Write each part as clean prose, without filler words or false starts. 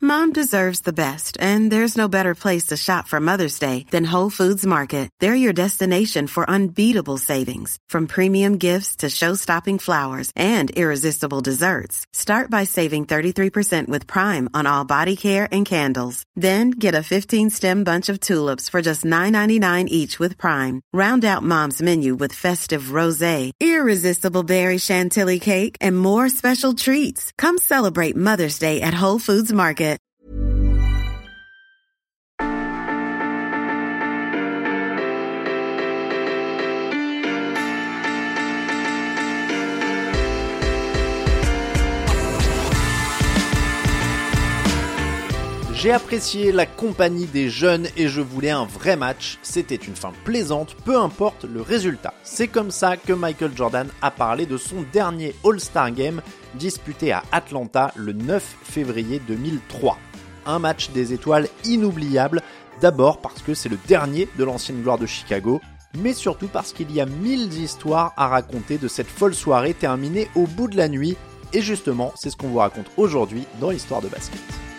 Mom deserves the best, and there's no better place to shop for Mother's Day than Whole Foods Market. They're your destination for unbeatable savings, from premium gifts to show-stopping flowers and irresistible desserts. Start by saving 33% with Prime on all body care and candles. Then get a 15-stem bunch of tulips for just $9.99 each with Prime. Round out Mom's menu with festive rosé, irresistible berry chantilly cake, and more special treats. Come celebrate Mother's Day at Whole Foods Market. J'ai apprécié la compagnie des jeunes et je voulais un vrai match. C'était une fin plaisante, peu importe le résultat. C'est comme ça que Michael Jordan a parlé de son dernier All-Star Game disputé à Atlanta le 9 février 2003. Un match des étoiles inoubliable, d'abord parce que c'est le dernier de l'ancienne gloire de Chicago, mais surtout parce qu'il y a 1000 histoires à raconter de cette folle soirée terminée au bout de la nuit. Et justement, c'est ce qu'on vous raconte aujourd'hui dans l'histoire de basket.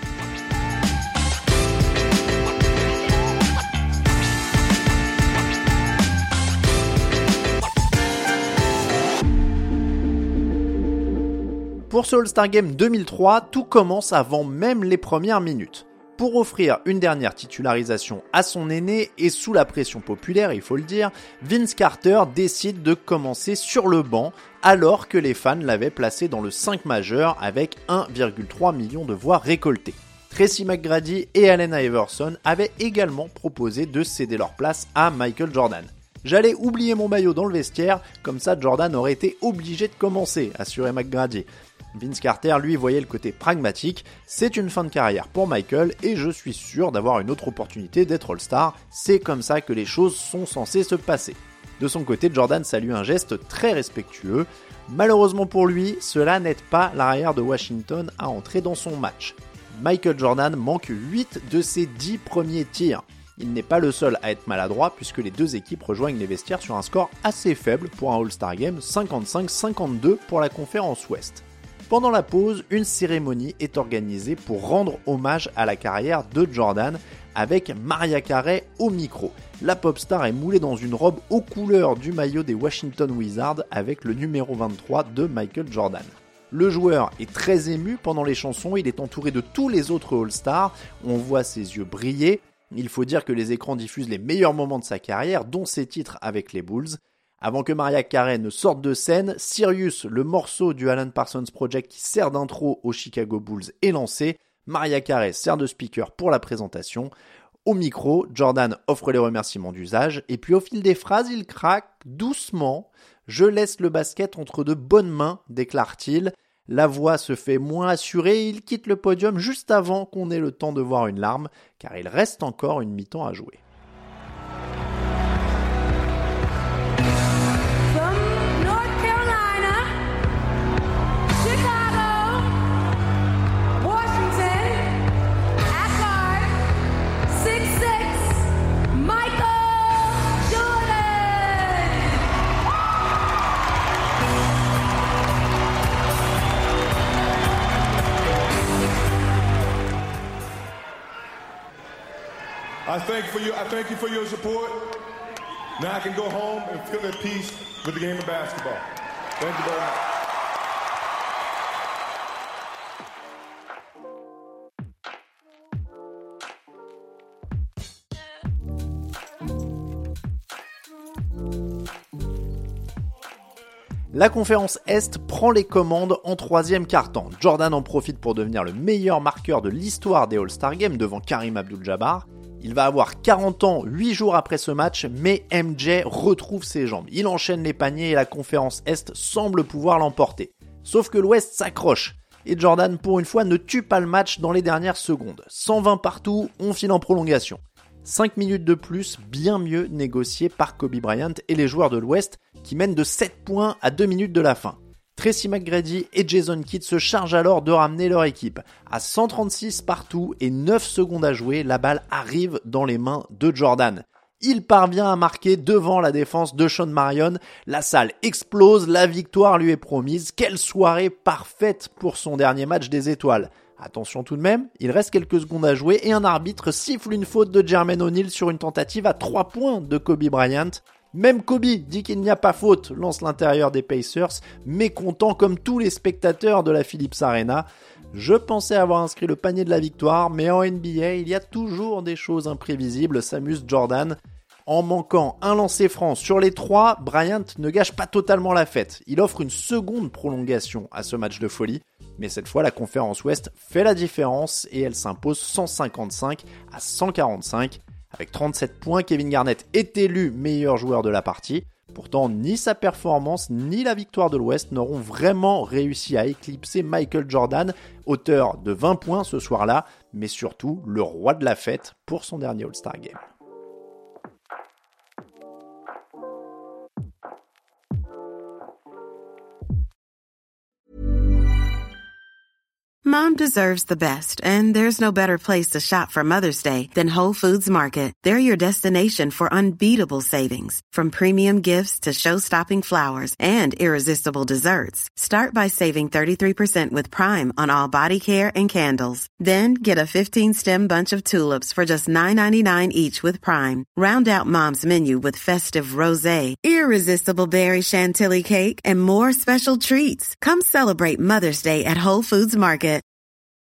Pour ce All-Star Game 2003, tout commence avant même les premières minutes. Pour offrir une dernière titularisation à son aîné et sous la pression populaire, il faut le dire, Vince Carter décide de commencer sur le banc alors que les fans l'avaient placé dans le 5 majeur avec 1,3 million de voix récoltées. Tracy McGrady et Allen Iverson avaient également proposé de céder leur place à Michael Jordan. J'allais oublier mon maillot dans le vestiaire, comme ça Jordan aurait été obligé de commencer, assurait McGrady. Vince Carter, lui, voyait le côté pragmatique. C'est une fin de carrière pour Michael et je suis sûr d'avoir une autre opportunité d'être All-Star. C'est comme ça que les choses sont censées se passer. De son côté, Jordan salue un geste très respectueux. Malheureusement pour lui, cela n'aide pas l'arrière de Washington à entrer dans son match. Michael Jordan manque 8 de ses 10 premiers tirs. Il n'est pas le seul à être maladroit puisque les deux équipes rejoignent les vestiaires sur un score assez faible pour un All-Star Game, 55-52 pour la conférence Ouest. Pendant la pause, une cérémonie est organisée pour rendre hommage à la carrière de Jordan avec Mariah Carey au micro. La pop star est moulée dans une robe aux couleurs du maillot des Washington Wizards avec le numéro 23 de Michael Jordan. Le joueur est très ému pendant les chansons, il est entouré de tous les autres All-Stars, on voit ses yeux briller. Il faut dire que les écrans diffusent les meilleurs moments de sa carrière, dont ses titres avec les Bulls. Avant que Mariah Carey ne sorte de scène, Sirius, le morceau du Alan Parsons Project qui sert d'intro aux Chicago Bulls, est lancé. Mariah Carey sert de speaker pour la présentation. Au micro, Jordan offre les remerciements d'usage et puis au fil des phrases, il craque doucement. « Je laisse le basket entre de bonnes mains », déclare-t-il. La voix se fait moins assurée et il quitte le podium juste avant qu'on ait le temps de voir une larme, car il reste encore une mi-temps à jouer. I thank you for your support. Now I can go home and feel at peace with the game of basketball. Thank you very much. La conférence Est prend les commandes en troisième quart-temps. Jordan en profite pour devenir le meilleur marqueur de l'histoire des All-Star Games devant Kareem Abdul-Jabbar. Il va avoir 40 ans 8 jours après ce match, mais MJ retrouve ses jambes. Il enchaîne les paniers et la conférence Est semble pouvoir l'emporter. Sauf que l'Ouest s'accroche. Et Jordan, pour une fois, ne tue pas le match dans les dernières secondes. 120 partout, on file en prolongation. 5 minutes de plus, bien mieux négociées par Kobe Bryant et les joueurs de l'Ouest qui mènent de 7 points à 2 minutes de la fin. Tracy McGrady et Jason Kidd se chargent alors de ramener leur équipe. À 136 partout et 9 secondes à jouer, la balle arrive dans les mains de Jordan. Il parvient à marquer devant la défense de Shawn Marion. La salle explose, la victoire lui est promise. Quelle soirée parfaite pour son dernier match des étoiles. Attention tout de même, il reste quelques secondes à jouer et un arbitre siffle une faute de Jermaine O'Neal sur une tentative à 3 points de Kobe Bryant. Même Kobe dit qu'il n'y a pas faute, lance l'intérieur des Pacers, mécontent comme tous les spectateurs de la Philips Arena. Je pensais avoir inscrit le panier de la victoire, mais en NBA, il y a toujours des choses imprévisibles, s'amuse Jordan. En manquant un lancer franc sur les 3, Bryant ne gâche pas totalement la fête. Il offre une seconde prolongation à ce match de folie. Mais cette fois, la conférence Ouest fait la différence et elle s'impose 155-145. Avec 37 points, Kevin Garnett est élu meilleur joueur de la partie. Pourtant, ni sa performance ni la victoire de l'Ouest n'auront vraiment réussi à éclipser Michael Jordan, auteur de 20 points ce soir-là, mais surtout le roi de la fête pour son dernier All-Star Game. Mom deserves the best, and there's no better place to shop for Mother's Day than Whole Foods Market. They're your destination for unbeatable savings, from premium gifts to show-stopping flowers and irresistible desserts. Start by saving 33% with Prime on all body care and candles. Then get a 15-stem bunch of tulips for just $9.99 each with Prime. Round out Mom's menu with festive rosé, irresistible berry chantilly cake, and more special treats. Come celebrate Mother's Day at Whole Foods Market.